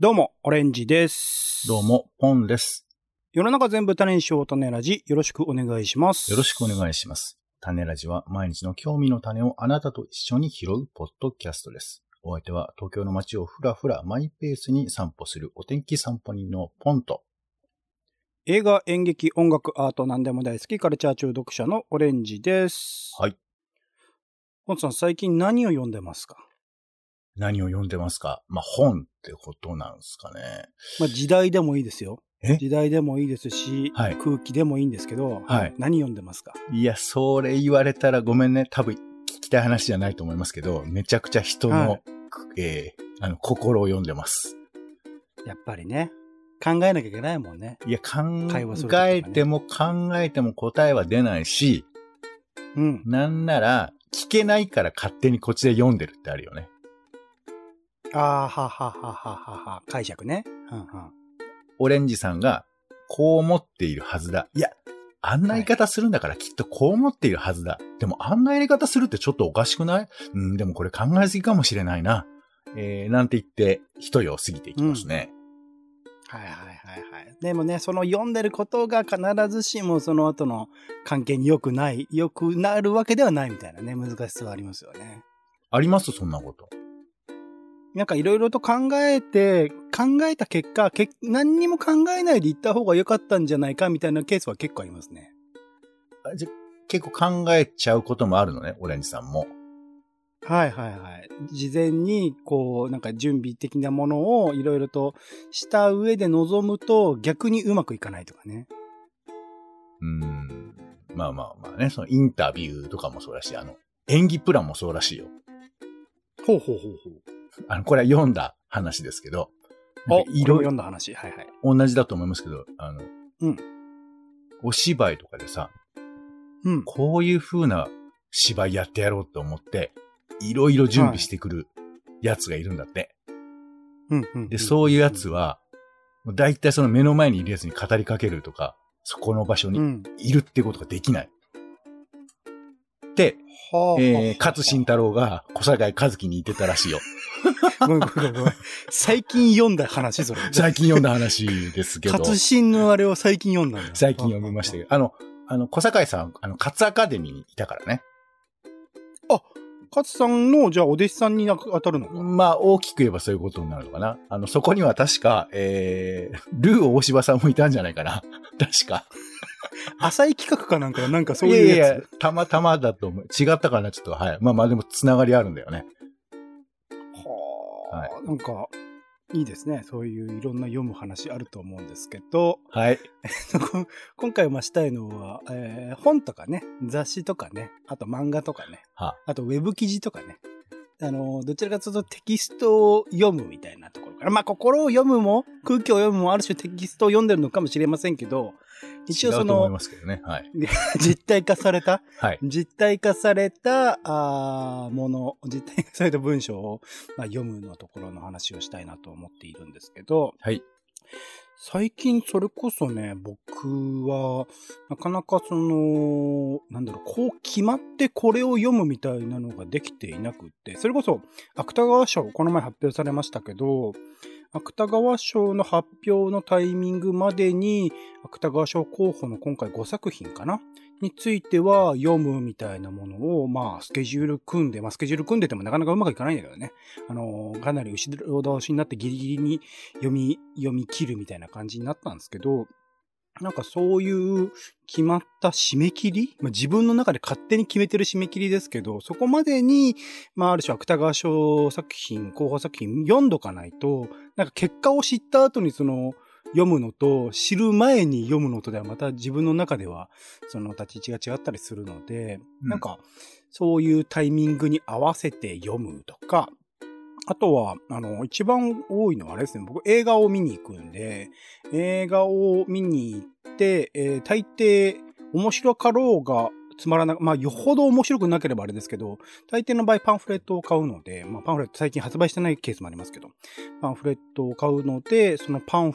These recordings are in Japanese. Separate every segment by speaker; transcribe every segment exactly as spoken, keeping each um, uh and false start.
Speaker 1: どうも、オレンジです。
Speaker 2: どうも、ポンです。
Speaker 1: 世の中全部種にしよう種ラジ、よろしくお願いします。
Speaker 2: よろしくお願いします。種ラジは毎日の興味の種をあなたと一緒に拾うポッドキャストです。お相手は東京の街をふらふらマイペースに散歩するお天気散歩人のポンと、
Speaker 1: 映画、演劇、音楽、アート、何でも大好きカルチャー中毒者のオレンジです。
Speaker 2: はい。
Speaker 1: ポンさん、最近何を読んでますか？
Speaker 2: 何を読んでますか？まあ、本ってことなんですかね。
Speaker 1: まあ、時代でもいいですよ。
Speaker 2: え
Speaker 1: 時代でもいいですし、
Speaker 2: はい、
Speaker 1: 空気でもいいんですけど、
Speaker 2: はい、
Speaker 1: 何読んでますか？
Speaker 2: いや、それ言われたらごめんね。多分聞きたい話じゃないと思いますけど、めちゃくちゃ人の、はい、えー、あの心を読んでます。
Speaker 1: やっぱりね。考えなきゃいけないもんね。
Speaker 2: いや、考えても考えても答えは出ないし、
Speaker 1: うん。
Speaker 2: なんなら、聞けないから勝手にこっちで読んでるってあるよね。
Speaker 1: ああ、はははははは、解釈ね。うんうん。
Speaker 2: オレンジさんが、こう思っているはずだ。いや、あんな言い方するんだからきっとこう思っているはずだ。はい、でもあんなやり方するってちょっとおかしくない？うん、でもこれ考えすぎかもしれないな。えー、なんて言って、一夜を過ぎていきますね。
Speaker 1: うん、はいはいはいはい。でもね、その読んでることが必ずしもその後の関係に良くない、良くなるわけではないみたいなね、難しさはありますよね。
Speaker 2: あります？そんなこと。
Speaker 1: なんかいろいろと考えて、考えた結果、け何にも考えないで行った方が良かったんじゃないかみたいなケースは結構ありますね。
Speaker 2: あ、じゃ、結構考えちゃうこともあるのね、オレンジさんも。
Speaker 1: はいはいはい。事前に、こう、なんか準備的なものをいろいろとした上で臨むと逆にうまくいかないとかね。
Speaker 2: うーん。まあまあまあね、そのインタビューとかもそうだし、あの、演技プランもそうらしいよ。
Speaker 1: ほうほうほうほう。
Speaker 2: あの、これは読んだ話ですけど。
Speaker 1: あ、いろいろ読んだ話。はいはい。
Speaker 2: 同じだと思いますけど、あの、
Speaker 1: うん。
Speaker 2: お芝居とかでさ、
Speaker 1: うん。
Speaker 2: こういう風な芝居やってやろうと思って、いろいろ準備してくるやつがいるんだって。
Speaker 1: はい、うんうん。
Speaker 2: で、そういうやつは、だいたいその目の前にいるやつに語りかけるとか、そこの場所にいるってことができない。うん、で、はあ、えー、勝慎太郎が小堺一樹に言ってたらしいよ。
Speaker 1: ごめんごめんごめん。最近読んだ話、それ。
Speaker 2: 最近読んだ話ですけど。
Speaker 1: 勝慎のあれを最近読んだんだ。
Speaker 2: 最近読みましたけど。あの、あの、小堺さん、あの、勝アカデミーにいたからね。
Speaker 1: あ、勝さんの、じゃあお弟子さんに当たるのか。
Speaker 2: まあ、大きく言えばそういうことになるのかな。あの、そこには確か、えー、ルー大柴さんもいたんじゃないかな。確か。
Speaker 1: 浅い企画かなんか、なんかそういうやつ。いやいや、
Speaker 2: たまたまだと思う。違ったかな、ちょっと、はい。まあまあ、でも、つながりあるんだよね。
Speaker 1: はあ、はい、なんか、いいですね。そういういろんな読む話あると思うんですけど。
Speaker 2: はい。
Speaker 1: 今回ましたいのは、えー、本とかね、雑誌とかね、あと漫画とかね、
Speaker 2: は
Speaker 1: あとウェブ記事とかね。あの、どちらかというとテキストを読むみたいなところから。まあ、心を読むも、空気を読むも、ある種テキストを読んでるのかもしれませんけど、
Speaker 2: 一応その、違うと思いますけどね。はい。
Speaker 1: 実体化された、
Speaker 2: はい。
Speaker 1: 実体化された、あもの、実体化された文章を、まあ、読むのところの話をしたいなと思っているんですけど、
Speaker 2: はい。
Speaker 1: 最近それこそね、僕は、なかなかその、なんだろう、こう決まってこれを読むみたいなのができていなくって、それこそ芥川賞、この前発表されましたけど、芥川賞の発表のタイミングまでに、芥川賞候補の今回ごさく品かなについては読むみたいなものを、まあ、スケジュール組んで、まあ、スケジュール組んでてもなかなかうまくいかないんだけどね。あの、かなり後ろ倒しになってギリギリに読み、読み切るみたいな感じになったんですけど、なんかそういう決まった締め切り、まあ、自分の中で勝手に決めてる締め切りですけど、そこまでに、まあある種芥川賞作品、候補作品読んどかないと、なんか結果を知った後にその読むのと、知る前に読むのとではまた自分の中ではその立ち位置が違ったりするので、うん、なんかそういうタイミングに合わせて読むとか、あとは、あの、一番多いのはあれですね。僕、映画を見に行くんで、映画を見に行って、えー、大抵、面白かろうが、つまらな、まあ、よほど面白くなければあれですけど、大抵の場合パンフレットを買うので、まあ、パンフレット最近発売してないケースもありますけど、パンフレットを買うので、そのパンフレッ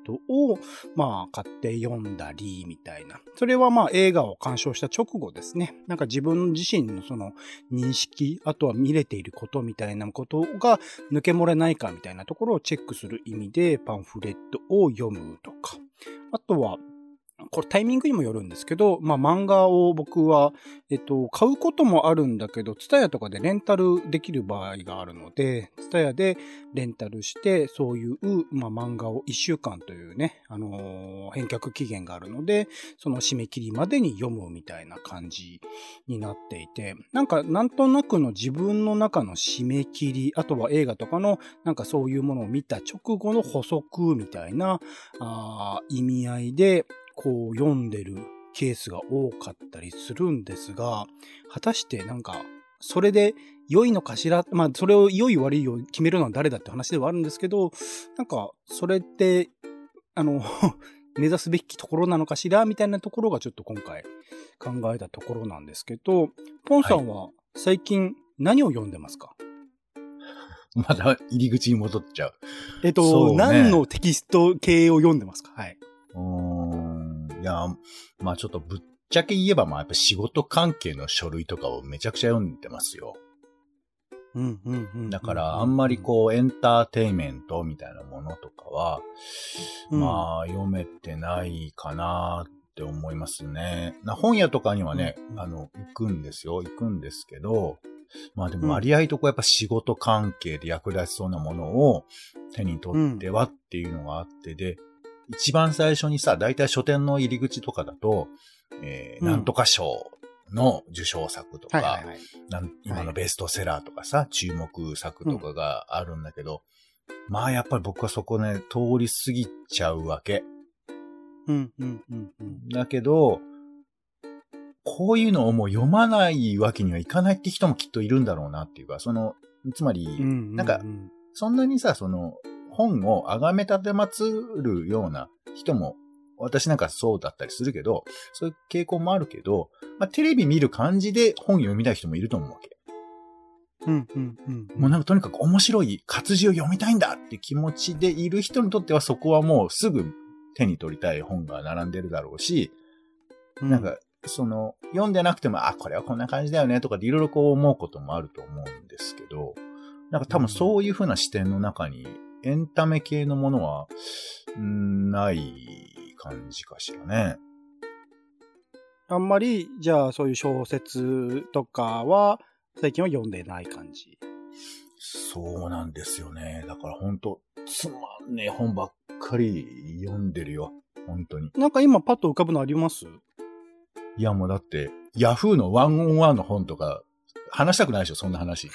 Speaker 1: トを、まあ、買って読んだり、みたいな。それはまあ、映画を鑑賞した直後ですね。なんか自分自身のその認識、あとは見れていることみたいなことが抜け漏れないかみたいなところをチェックする意味で、パンフレットを読むとか。あとは、これタイミングにもよるんですけど、まあ漫画を僕は、えっと、買うこともあるんだけど、ツタヤとかでレンタルできる場合があるので、ツタヤでレンタルして、そういう、まあ漫画をいっしゅうかんというね、あのー、返却期限があるので、その締め切りまでに読むみたいな感じになっていて、なんかなんとなくの自分の中の締め切り、あとは映画とかのなんかそういうものを見た直後の補足みたいな、あー、意味合いで、こう読んでるケースが多かったりするんですが、果たしてなんか、それで良いのかしら、まあそれを良い悪いを決めるのは誰だって話ではあるんですけど、なんか、それって、あの、目指すべきところなのかしらみたいなところがちょっと今回考えたところなんですけど、ポンさんは最近何を読んでますか？
Speaker 2: まだ入り口に戻っちゃう。
Speaker 1: えっと、ね、何のテキスト系を読んでますか？はい。
Speaker 2: うーん。いや、まあちょっとぶっちゃけ言えば、まあやっぱ仕事関係の書類とかをめちゃくちゃ読んでますよ。
Speaker 1: うんうんうん。
Speaker 2: だからあんまりこうエンターテイメントみたいなものとかは、うん、まあ読めてないかなって思いますね。な本屋とかにはね、うん、あの、行くんですよ。行くんですけど、まあでも割合とこうやっぱ仕事関係で役立ちそうなものを手に取ってはっていうのがあってで、一番最初にさ、だいたい書店の入り口とかだと、えー、なんとか賞の受賞作とか、はいはいはい、なん今のベストセラーとかさ、はい、注目作とかがあるんだけど、うん、まあやっぱり僕はそこね、通り過ぎちゃうわけ。
Speaker 1: うんうんうんうん、
Speaker 2: だけど、こういうのをもう読まないわけにはいかないって人もきっといるんだろうなっていうか、その、つまり、うんうんうん、なんか、そんなにさ、その、本を崇め立てまつるような人も、私なんかそうだったりするけど、そういう傾向もあるけど、まあ、テレビ見る感じで本読みたい人もいると思うわけ。
Speaker 1: うんうんうん、
Speaker 2: もうなんかとにかく面白い活字を読みたいんだって気持ちでいる人にとってはそこはもうすぐ手に取りたい本が並んでるだろうし、うん、なんかその読んでなくても、あ、これはこんな感じだよねとかでいろいろこう思うこともあると思うんですけど、なんか多分そういう風な視点の中にエンタメ系のものはない感じかしらね。
Speaker 1: あんまり、じゃあそういう小説とかは最近は読んでない感じ。
Speaker 2: そうなんですよね。だから本当つまんねえ本ばっかり読んでるよ。本当に。
Speaker 1: なんか今パッと浮かぶのあります？
Speaker 2: いやもうだって、ヤフーのワンオンワンの本とか話したくないでしょ、そんな話。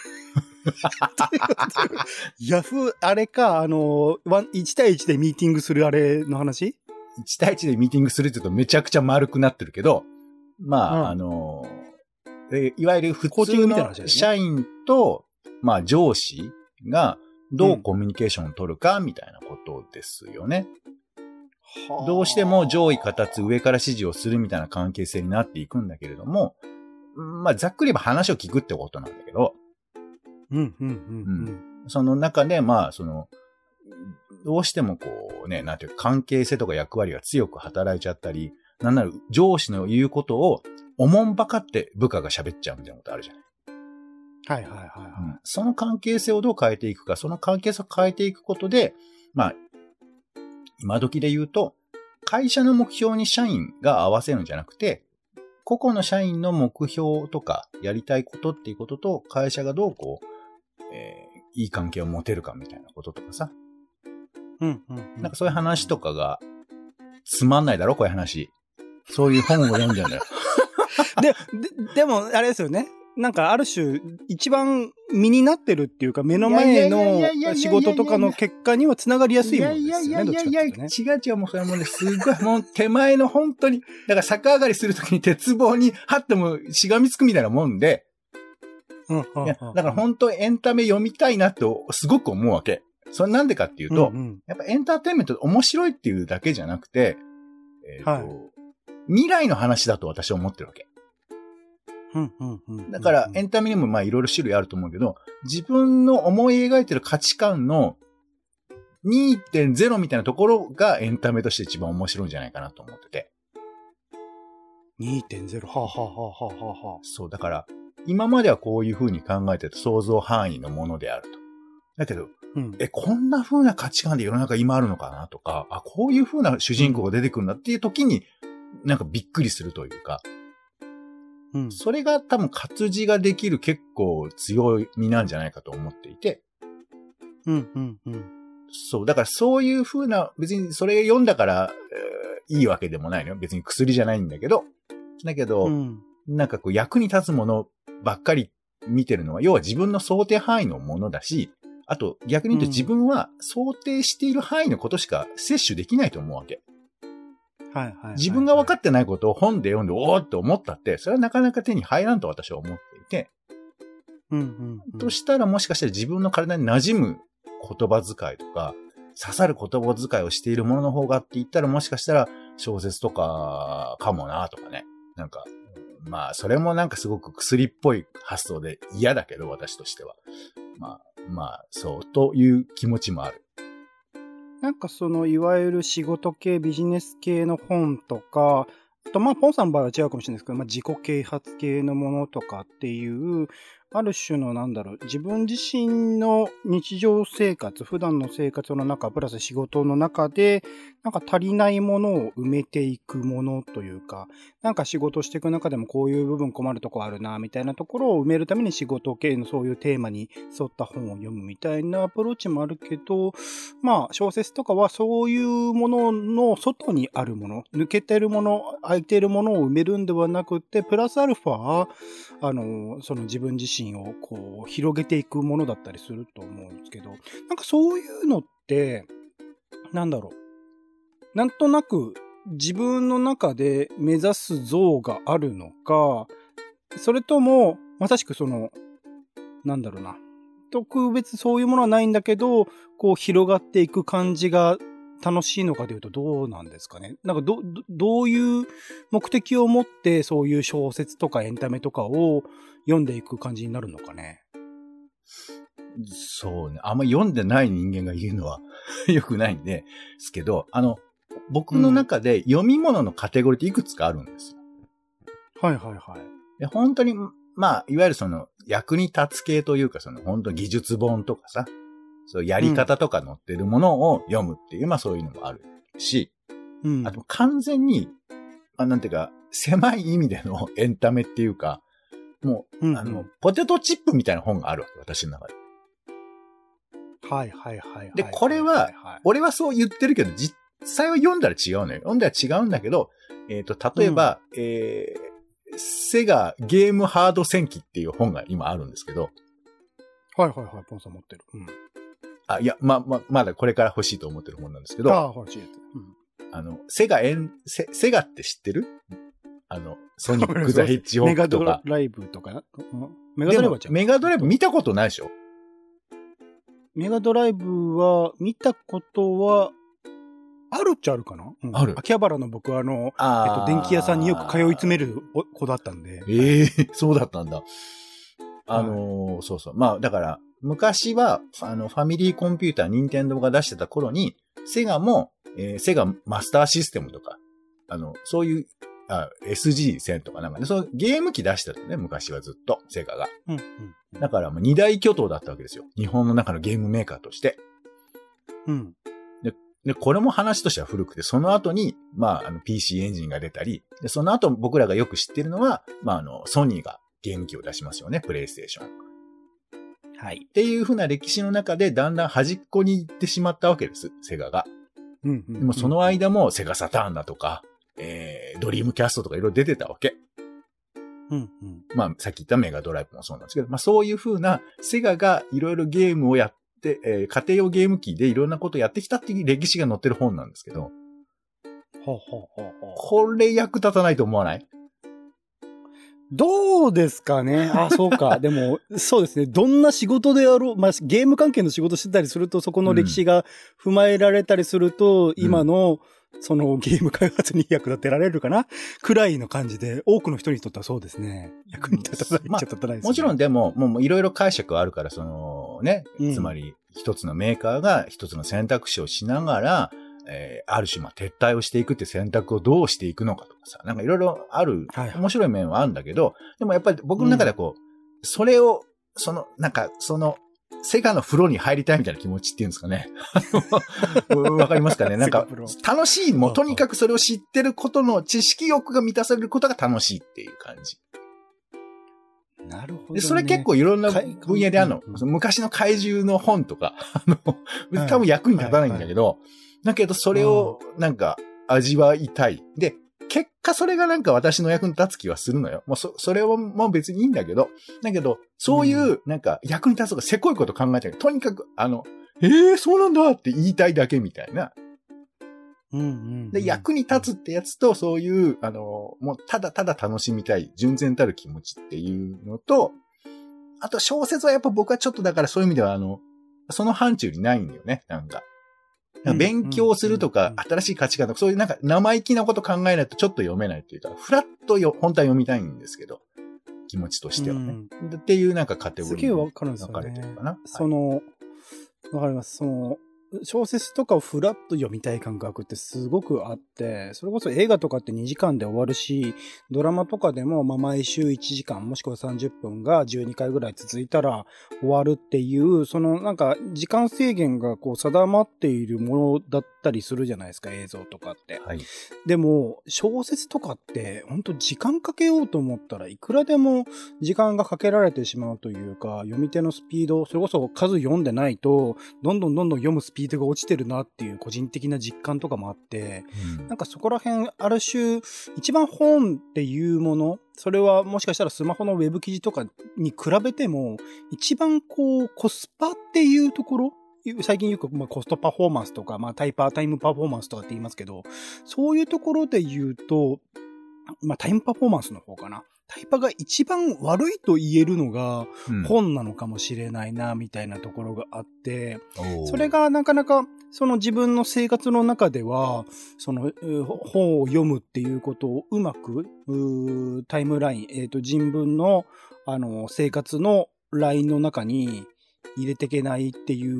Speaker 1: ヤフー、あれか、あの、いち対いちでミーティングするあれの話？
Speaker 2: いち 対いちでミーティングするって言うとめちゃくちゃ丸くなってるけど、まあ、うん、あの、えいわゆる普通の社員と、まあ上司がどうコミュニケーションを取るかみたいなことですよね。うん、どうしても上位片つ上から指示をするみたいな関係性になっていくんだけれども、まあざっくり言えば話を聞くってことなんだけど、
Speaker 1: うんうんうんうん、
Speaker 2: その中でまあそのどうしてもこうね、なんていうか関係性とか役割が強く働いちゃったり、なんなら上司の言うことをおもんばかって部下が喋っちゃうみたいなことあるじゃない。
Speaker 1: はいはいはい、はい、
Speaker 2: うん。その関係性をどう変えていくか、その関係性を変えていくことで、まあ、今時で言うと、会社の目標に社員が合わせるんじゃなくて、個々の社員の目標とか、やりたいことっていうことと、会社がどうこう、えー、いい関係を持てるかみたいなこととかさ。
Speaker 1: うんうん、うん。
Speaker 2: なんかそういう話とかが、つまんないだろこういう話。そういう本を読んじゃうんだよ。
Speaker 1: で、で、でも、あれですよね。なんか、ある種、一番身になってるっていうか、目の前の仕事とかの結果にはつながりやすいものですよね。いやいやいやいやいや、ね、
Speaker 2: 違う違う、もうそれもね、すごい、もう手前の本当に、だから逆上がりするときに鉄棒に張ってもしがみつくみたいなもんで、
Speaker 1: うん、いや、
Speaker 2: だから本当エンタメ読みたいなってすごく思うわけ。それなんでかっていうと、うんうん、やっぱエンターテインメント面白いっていうだけじゃなくて、えーとはい、未来の話だと私は思ってるわけ。
Speaker 1: うんうんうん、
Speaker 2: だからエンタメにもまあいろいろ種類あると思うけど、自分の思い描いてる価値観のにてんゼロ みたいなところがエンタメとして一番面白いんじゃないかなと思ってて。
Speaker 1: にてんゼロ、はあ、はあはあはあはあ、
Speaker 2: そう、だから、今まではこういう風に考えてた想像範囲のものであると。だけど、
Speaker 1: うん、
Speaker 2: え、こんな風な価値観で世の中今あるのかなとか、あ、こういう風な主人公が出てくるんだっていう時に、なんかびっくりするというか、
Speaker 1: うん、
Speaker 2: それが多分活字ができる結構強みなんじゃないかと思っていて、
Speaker 1: うん、うん、うん。
Speaker 2: そう、だからそういう風な、別にそれ読んだから、えーいいわけでもないのよ。別に薬じゃないんだけど、だけど、
Speaker 1: うん、
Speaker 2: なんかこう役に立つものばっかり見てるのは、要は自分の想定範囲のものだし、あと逆に言うと自分は想定している範囲のことしか摂取できないと思うわけ。
Speaker 1: はいはいはいはい、
Speaker 2: 自分が分かってないことを本で読んでおーって思ったって、それはなかなか手に入らんと私は思っていて、
Speaker 1: うんうんうん、
Speaker 2: としたらもしかしたら自分の体に馴染む言葉遣いとか、刺さる言葉遣いをしているものの方がって言ったらもしかしたら小説とかかもなとかね。なんか、まあそれもなんかすごく薬っぽい発想で嫌だけど私としては。まあまあそうという気持ちもある。
Speaker 1: なんかそのいわゆる仕事系ビジネス系の本とか、あとまあポンさんの場合は違うかもしれないですけど、まあ自己啓発系のものとかっていう、ある種のなんだろう、自分自身の日常生活、普段の生活の中、プラス仕事の中で、なんか足りないものを埋めていくものというか、なんか仕事していく中でもこういう部分困るとこあるな、みたいなところを埋めるために仕事系のそういうテーマに沿った本を読むみたいなアプローチもあるけど、まあ小説とかはそういうものの外にあるもの、抜けてるもの、空いてるものを埋めるんではなくて、プラスアルファ、あの、その自分自身をこう広げていくものだったりすると思うんですけど、なんかそういうのって、なんだろう。なんとなく自分の中で目指す像があるのか、それとも、まさしくその、なんだろうな。特別そういうものはないんだけど、こう広がっていく感じが楽しいのかというとどうなんですかね。なんかど、どどういう目的を持ってそういう小説とかエンタメとかを読んでいく感じになるのかね。
Speaker 2: そうね。あんま読んでない人間が言うのは良くないんですけど、あの、僕の中で読み物のカテゴリーっていくつかあるんですよ。
Speaker 1: うん、はいはいはい。
Speaker 2: で本当に、まあ、いわゆるその役に立つ系というか、その本当技術本とかさ、そうやり方とか載ってるものを読むっていう、うん、まあそういうのもあるし、うん、あと完全に、まあなんていうか、狭い意味でのエンタメっていうか、もう、うんうん、あの、ポテトチップみたいな本があるわけ、私の中で。
Speaker 1: はいはいはいはい。
Speaker 2: で、これは、俺はそう言ってるけど、実際は読んだら違うのよ。読んだら違うんだけど、えっと、例えば、うん、えー、セガゲームハード戦記っていう本が今あるんですけど。
Speaker 1: はいはいはい、ポンさん持ってる。うん。
Speaker 2: あ、いや、ま、ま、まだこれから欲しいと思ってる本なんですけど。
Speaker 1: ああ、欲しいやつ。
Speaker 2: うん。あの、セガエン、セ、セガって知ってる？あの、ソニック・ザ・ヘッジホックとか。
Speaker 1: メガドライブとか。メガドライブは
Speaker 2: メガドライブ見たことないでしょ？
Speaker 1: メガドライブは見たことはあるっちゃあるかな、うん、
Speaker 2: ある。
Speaker 1: 秋葉原の僕はあの、あえっと、電気屋さんによく通い詰める子だったんで。
Speaker 2: ええー、そうだったんだ。あのーはい、そうそう。まあ、だから、昔は、あの、ファミリーコンピューター、任天堂が出してた頃に、セガも、えー、セガマスターシステムとか、あの、そういう、あ エスジーせん とかなんかね、そうゲーム機出してたね、昔はずっと、セガが。うんうんうん、だからもう二大巨頭だったわけですよ。日本の中のゲームメーカーとして。うん。で、でこれも話としては古くて、その後に、まあ、あの ピーシー エンジンが出たり、で、その後僕らがよく知ってるのは、まあ、あの、ソニーがゲーム機を出しますよね、プレイステーション。はい。っていう風な歴史の中で、だんだん端っこに行ってしまったわけです、セガが。うんうんうん、でもその間も、セガサターンだとか、えー、ドリームキャストとかいろいろ出てたわけ。うんうん。まあ、さっき言ったメガドライブもそうなんですけど、まあそういう風な、セガがいろいろゲームをやって、えー、家庭用ゲーム機でいろんなことをやってきたっていう歴史が載ってる本なんですけど。ほうほうほうほう。これ役立たないと思わない？
Speaker 1: どうですかね。あ、そうか。でも、そうですね。どんな仕事であろう、まあ、ゲーム関係の仕事してたりすると、そこの歴史が踏まえられたりすると、うん、今の、そのゲーム開発に役立てられるかなくらいの感じで、多くの人にとってはそうですね。役に立たないっちゃ立たないですね。
Speaker 2: もちろんでも、もういろいろ解釈はあるから、そのね、うん、つまり、 一つのメーカーが一つの選択肢をしながら、えー、ある種、まあ、撤退をしていくって選択をどうしていくのかとかさ、なんかいろいろある、
Speaker 1: はいはい、
Speaker 2: 面白い面はあるんだけど、でもやっぱり僕の中ではこう、うん、それを、その、なんか、その、セガの風呂に入りたいみたいな気持ちっていうんですかね。わかりますかねなんか、楽しい、もうとにかくそれを知ってることの知識欲が満たされることが楽しいっていう感じ。
Speaker 1: なるほど、ね。
Speaker 2: で、それ結構いろんな分野であるの。うん、昔の怪獣の本とか、あの、多分役に立たないんだけど、はいはいはい、だけどそれをなんか味わいたい。で、結果それがなんか私の役に立つ気はするのよ。もうそ、それはもう別にいいんだけど、だけど、そういうなんか役に立つとかせこいこと考えちゃう。とにかく、あの、ええー、そうなんだって言いたいだけみたいな。
Speaker 1: うんうんうん、
Speaker 2: で、役に立つってやつと、そういう、あの、もうただただ楽しみたい、純然たる気持ちっていうのと、あと小説はやっぱ僕はちょっとだからそういう意味では、あの、その範疇にないんだよね、なんか。勉強するとか、新しい価値観とか、そういうなんか生意気なこと考えないとちょっと読めないっていうか、フラッとよ、本当は読みたいんですけど、気持ちとしてはね。うん、っていうなんかカテゴリーに分かれてるかな。
Speaker 1: その、わかります。その、小説とかをフラッと読みたい感覚ってすごくあって、それこそ映画とかってにじかんで終わるし、ドラマとかでもまあ毎週いちじかんもしくはさんじゅっぷんがじゅうにかいぐらい続いたら終わるっていう、そのなんか時間制限がこう定まっているものだったりするじゃないですか、映像とかって。
Speaker 2: はい。
Speaker 1: でも小説とかって本当時間かけようと思ったらいくらでも時間がかけられてしまうというか、読み手のスピード、それこそ数読んでないとどんどんどんどん読むスピードスピードが落ちてるなっていう個人的な実感とかもあって、うん、なんかそこら辺ある種一番本っていうもの、それはもしかしたらスマホのウェブ記事とかに比べても一番こうコスパっていうところ、最近よくまあコストパフォーマンスとか、まあタイパータイムパフォーマンスとかって言いますけど、そういうところで言うと、まあタイムパフォーマンスの方かな。タイパが一番悪いと言えるのが本なのかもしれないな、みたいなところがあって、うん、それがなかなかその自分の生活の中では、その本を読むっていうことをうまく、うタイムライン、えっと、人文のあの生活のラインの中に入れていけないっていう、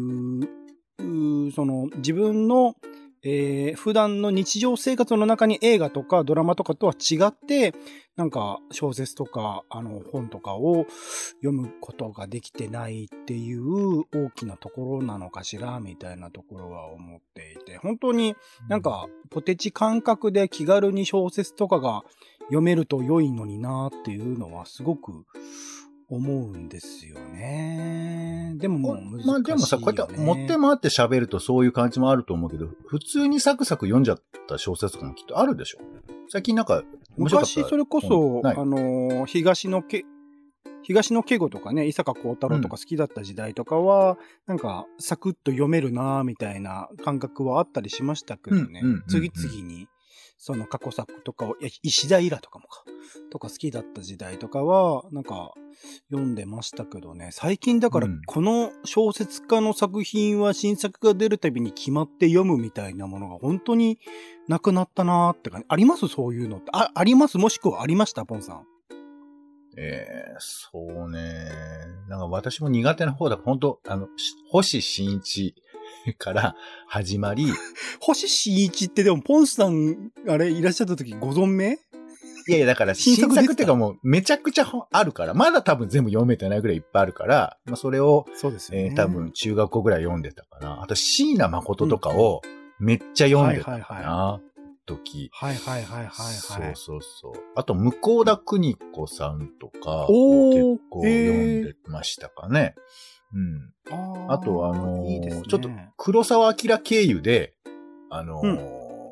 Speaker 1: うその自分のえー、普段の日常生活の中に映画とかドラマとかとは違って、なんか小説とかあの本とかを読むことができてないっていう大きなところなのかしらみたいなところは思っていて、本当になんかポテチ感覚で気軽に小説とかが読めると良いのになっていうのはすごく思うんですよね。でももう難しいよね。
Speaker 2: まあでもさ、こうやって持って回って喋るとそういう感じもあると思うけど、普通にサクサク読んじゃった小説とかもきっとあるでしょ。最近なんか面白かった。
Speaker 1: 昔それこそ、あのー、東のけ、東の敬吾とかね、伊坂幸太郎とか好きだった時代とかは、うん、なんかサクッと読めるなみたいな感覚はあったりしましたけどね。うんうんうんうん、次々に。その過去作とかを、石田イラとかもか、とか好きだった時代とかは、なんか読んでましたけどね。最近だから、この小説家の作品は新作が出るたびに決まって読むみたいなものが本当になくなったなーって感じ。ありますそういうのって。あ、ありますもしくはありましたポンさん。
Speaker 2: ええー、そうね。なんか私も苦手な方だ。本当あの、星新一。から始まり。
Speaker 1: 星新一ってでもポンさん、あれいらっしゃった時ご存命？
Speaker 2: いやいやだから新作っていうかもうめちゃくちゃあるから、まだ多分全部読めてないぐらいいっぱいあるから、まあそれを、
Speaker 1: そうですよね。
Speaker 2: えー、多分中学校ぐらい読んでたかな。あと椎名誠とかをめっちゃ読んでたかな。うんはいはいはい、時。
Speaker 1: はいはいはいはい、はい。
Speaker 2: そうそうそう。あと向田邦子さんとかを結構読んでましたかね。うん。あ, あと、あのーいいですね、ちょっと、黒沢明経由で、あのーうん、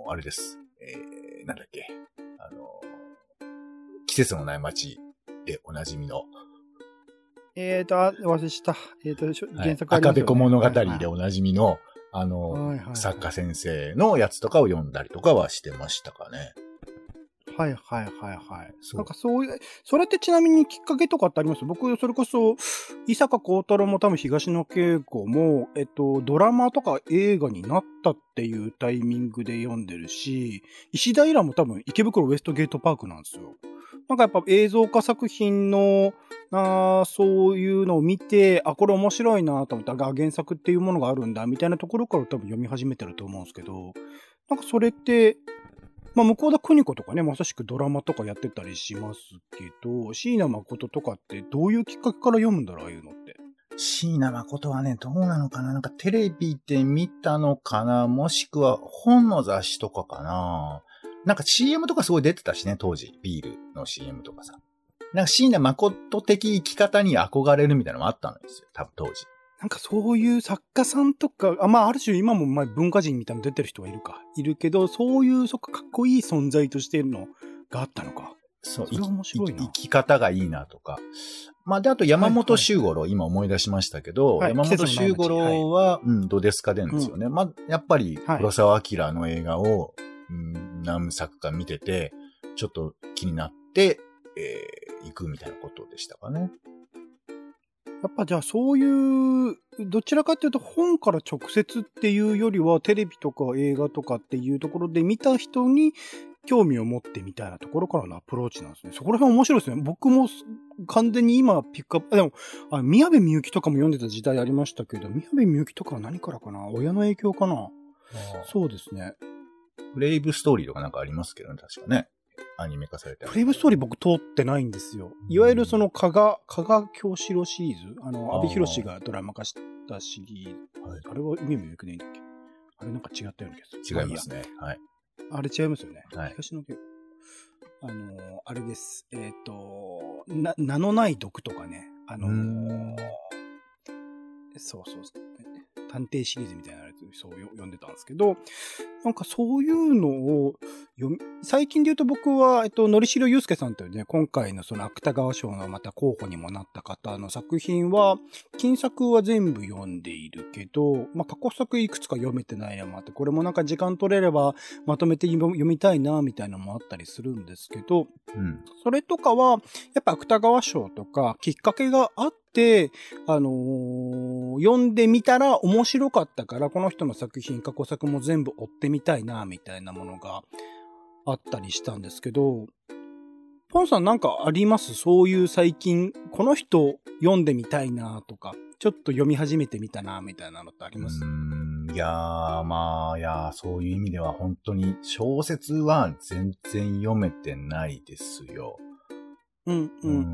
Speaker 2: あれです。えー、なんだっけ。あのー、季節のない街でおなじみの。
Speaker 1: えーと、あ、忘れした。えーと、原作
Speaker 2: ありますよね。赤べこ物語でおなじみの、はいはい、あのーはいはいはい、作家先生のやつとかを読んだりとかはしてましたかね。
Speaker 1: はいはいはいはい。なんかそういう、それってちなみにきっかけとかってあります？僕、それこそ、伊坂幸太郎も多分東野圭吾も、えっと、ドラマとか映画になったっていうタイミングで読んでるし、石田イラも多分池袋ウエストゲートパークなんですよ。なんかやっぱ映像化作品のあそういうのを見て、あ、これ面白いなと思ったら、原作っていうものがあるんだ、みたいなところから多分読み始めてると思うんですけど、なんかそれって、まあ、向田邦子とかね、まさしくドラマとかやってたりしますけど、椎名誠とかってどういうきっかけから読むんだろう、ああいうのって。
Speaker 2: 椎名誠はね、どうなのかな、なんかテレビで見たのかな、もしくは本の雑誌とかかな。なんか シーエム とかすごい出てたしね、当時。ビールの シーエム とかさ。なんか椎名誠的生き方に憧れるみたいなのもあったんですよ、多分当時。
Speaker 1: なんかそういう作家さんとか、あまあある種今もまあ文化人みたいなの出てる人がいるか。いるけど、そういうそっかかっこいい存在としているのがあったのか。
Speaker 2: そう、
Speaker 1: それは面白いな。
Speaker 2: 生き方がいいなとか。まあで、あと山本周五郎、はいはい、今思い出しましたけど、はい、山本周五郎は、はい、うん、ドデスカ伝ですよね。うん、まあやっぱり黒澤明の映画を、うん、何作か見てて、ちょっと気になって、えー、行くみたいなことでしたかね。
Speaker 1: やっぱじゃあそういう、どちらかというと本から直接っていうよりはテレビとか映画とかっていうところで見た人に興味を持ってみたいなところからのアプローチなんですね。そこら辺面白いですね。僕も完全に今ピックアップ、でも、あ、宮部みゆきとかも読んでた時代ありましたけど、宮部みゆきとかは何からかな？親の影響かな？そうですね。
Speaker 2: ブレイブストーリーとかなんかありますけどね、確かね。アニメ化されて。
Speaker 1: ブレイブストーリー僕通ってないんですよ。いわゆるその加賀、加賀京志郎シリーズ、あの、阿部寛がドラマ化したシリーズ。はい、あれは宮部みゆきでいいんだっけ？あれなんか違ったような気がする。
Speaker 2: 違いますね。はい。
Speaker 1: あれ違いますよね。
Speaker 2: はい。
Speaker 1: 東野家。あのー、あれです。えっ、ー、と、な、名のない毒とかね。あのー、そうそうそう。探偵シリーズみたいなやつ、そう読んでたんですけど、なんかそういうのを読み、最近で言うと僕は、えっと、のりしろゆうすけさんというね、今回のその芥川賞のまた候補にもなった方の作品は、近作は全部読んでいるけど、まあ、過去作いくつか読めてないのもあって、これもなんか時間取れればまとめて読みたいな、みたいなのもあったりするんですけど、
Speaker 2: うん、
Speaker 1: それとかは、やっぱ芥川賞とかきっかけがあって、あのー、読んでみたら面白かったから、この人の作品、過去作も全部追ってみたいな、みたいなものがあったりしたんですけど、ポンさんなんかあります？そういう最近、この人読んでみたいなとか、ちょっと読み始めてみたな、みたいなのってあります？
Speaker 2: うーん、いやー、まあ、いやー、そういう意味では本当に小説は全然読めてないですよ。
Speaker 1: うんうんうんうん。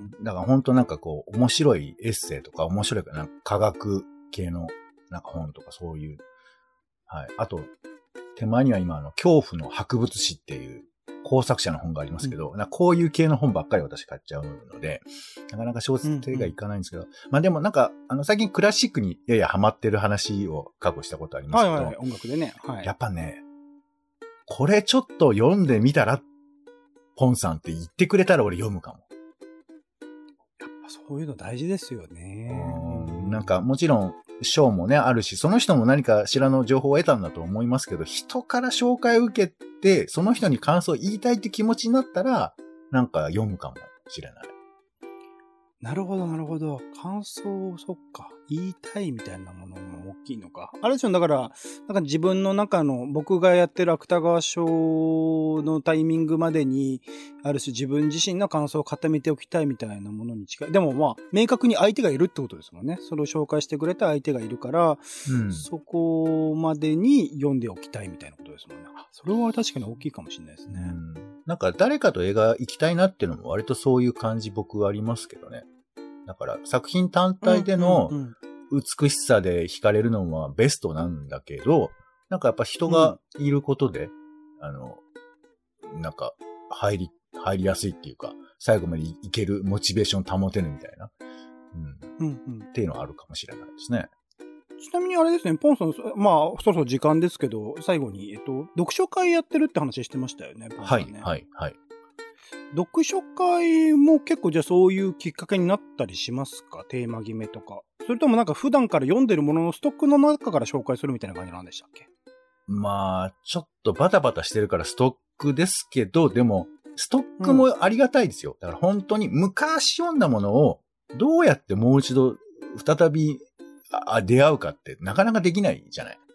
Speaker 2: だから本当なんかこう、面白いエッセイとか、面白いかな、科学系のなんか本とかそういう。はい。あと、手前には今あの、恐怖の博物誌っていう工作者の本がありますけど、うん、なんかこういう系の本ばっかり私買っちゃうので、なかなか小説手がいかないんですけど、うんうん、まあでもなんか、あの、最近クラシックにややハマってる話を過去したことありますけど、
Speaker 1: はいはい、音楽でね。はい。
Speaker 2: やっぱね、これちょっと読んでみたら、ポンさんって言ってくれたら俺読むかも。
Speaker 1: やっぱそういうの大事ですよね。
Speaker 2: うん、なんかもちろん賞もねあるし、その人も何かしらの情報を得たんだと思いますけど、人から紹介を受けてその人に感想を言いたいって気持ちになったら、なんか読むかもしれない。
Speaker 1: なるほど、なるほど。感想を、そっか。言いたいみたいなものも大きいのか。あれでしょ、だから、なんか自分の中の、僕がやってる芥川賞のタイミングまでに、ある種自分自身の感想を固めておきたいみたいなものに近い。でもまあ、明確に相手がいるってことですもんね。それを紹介してくれた相手がいるから、うん、そこまでに読んでおきたいみたいなことですもんね。あ、それは確かに大きいかもしれないですね。うん、
Speaker 2: なんか誰かと映画行きたいなっていうのも割とそういう感じ僕はありますけどね。だから作品単体での美しさで惹かれるのはベストなんだけど、なんかやっぱ人がいることで、うん、あの、なんか入り、入りやすいっていうか、最後までいけるモチベーション保てるみたいな、うん、うんうん、っていうのはあるかもしれないですね。
Speaker 1: ちなみにあれですね、ポンさん、まあ、そろそろ時間ですけど、最後に、えっと、読書会やってるって話してましたよね、ポンさんね。
Speaker 2: はい、はい、はい。
Speaker 1: 読書会も結構じゃあそういうきっかけになったりしますか？テーマ決めとか。それともなんか普段から読んでるもののストックの中から紹介するみたいな感じなんでしたっけ？
Speaker 2: まあ、ちょっとバタバタしてるからストックですけど、でも、ストックもありがたいですよ。うん、だから本当に昔読んだものをどうやってもう一度再びあ出会うかってなかなかできないじゃない。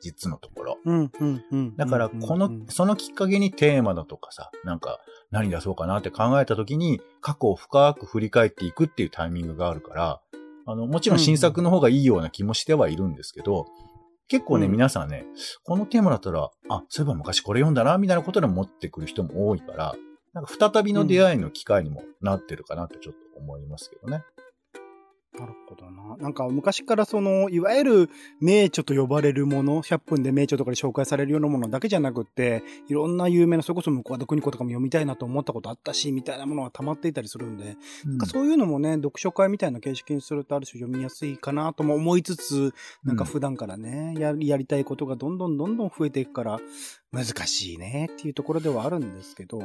Speaker 2: 実のところ。
Speaker 1: うん、うん、うん。
Speaker 2: だから、この、そのきっかけにテーマだとかさ、なんか、何出そうかなって考えたときに、過去を深く振り返っていくっていうタイミングがあるから、あの、もちろん新作の方がいいような気もしてはいるんですけど、結構ね、うん、皆さんね、このテーマだったら、あ、そういえば昔これ読んだな、みたいなことで持ってくる人も多いから、なんか再びの出会いの機会にもなってるかなってちょっと思いますけどね。
Speaker 1: なるほどな。なんか昔からその、いわゆる名著と呼ばれるもの、ひゃっぷんで名著とかで紹介されるようなものだけじゃなくって、いろんな有名な、それこそ向田邦子とかも読みたいなと思ったことあったし、みたいなものが溜まっていたりするんで、うん、なんかそういうのもね、読書会みたいな形式にするとある種読みやすいかなとも思いつつ、なんか普段からね、やり、やりたいことがどんどんどんどん増えていくから、難しいねっていうところではあるんですけど。うん。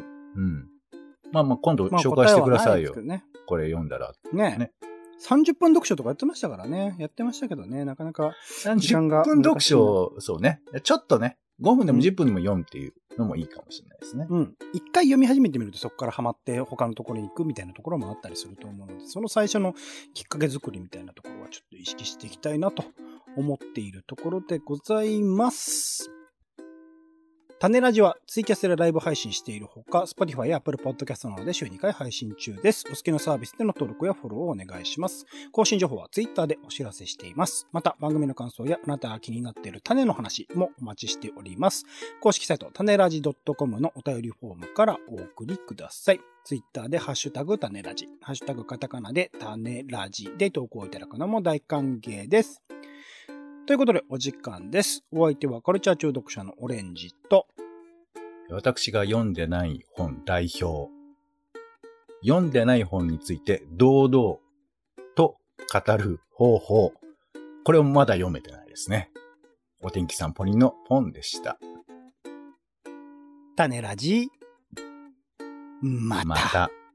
Speaker 2: まあまあ今度紹介してくださいよ。
Speaker 1: まあね、
Speaker 2: これ読んだら。
Speaker 1: ね。ねさんじゅっぷん読書とかやってましたからね。やってましたけどね。なかなか時間が。
Speaker 2: じゅっぷん読書、そうね。ちょっとね、ごふんでもじゅっぷんでも読むっていうのもいいかもしれないですね。
Speaker 1: うん。一回読み始めてみるとそこからハマって他のところに行くみたいなところもあったりすると思うので、その最初のきっかけ作りみたいなところはちょっと意識していきたいなと思っているところでございます。種ラジはツイキャスでライブ配信しているほか、Spotify や Apple Podcast などで週にかい配信中です。お好きなサービスでの登録やフォローをお願いします。更新情報は Twitter でお知らせしています。また、番組の感想やあなたが気になっている種の話もお待ちしております。公式サイト、種ラジ .com のお便りフォームからお送りください。Twitter でハッシュタグ種ラジ、ハッシュタグカタカナで種ラジで投稿いただくのも大歓迎です。ということで、お時間です。お相手はカルチャー中毒者のオレンジと、
Speaker 2: 私が読んでない本代表。読んでない本について堂々と語る方法。これをまだ読めてないですね。お天気散歩人の本でした。
Speaker 1: 種ラジ、また。また。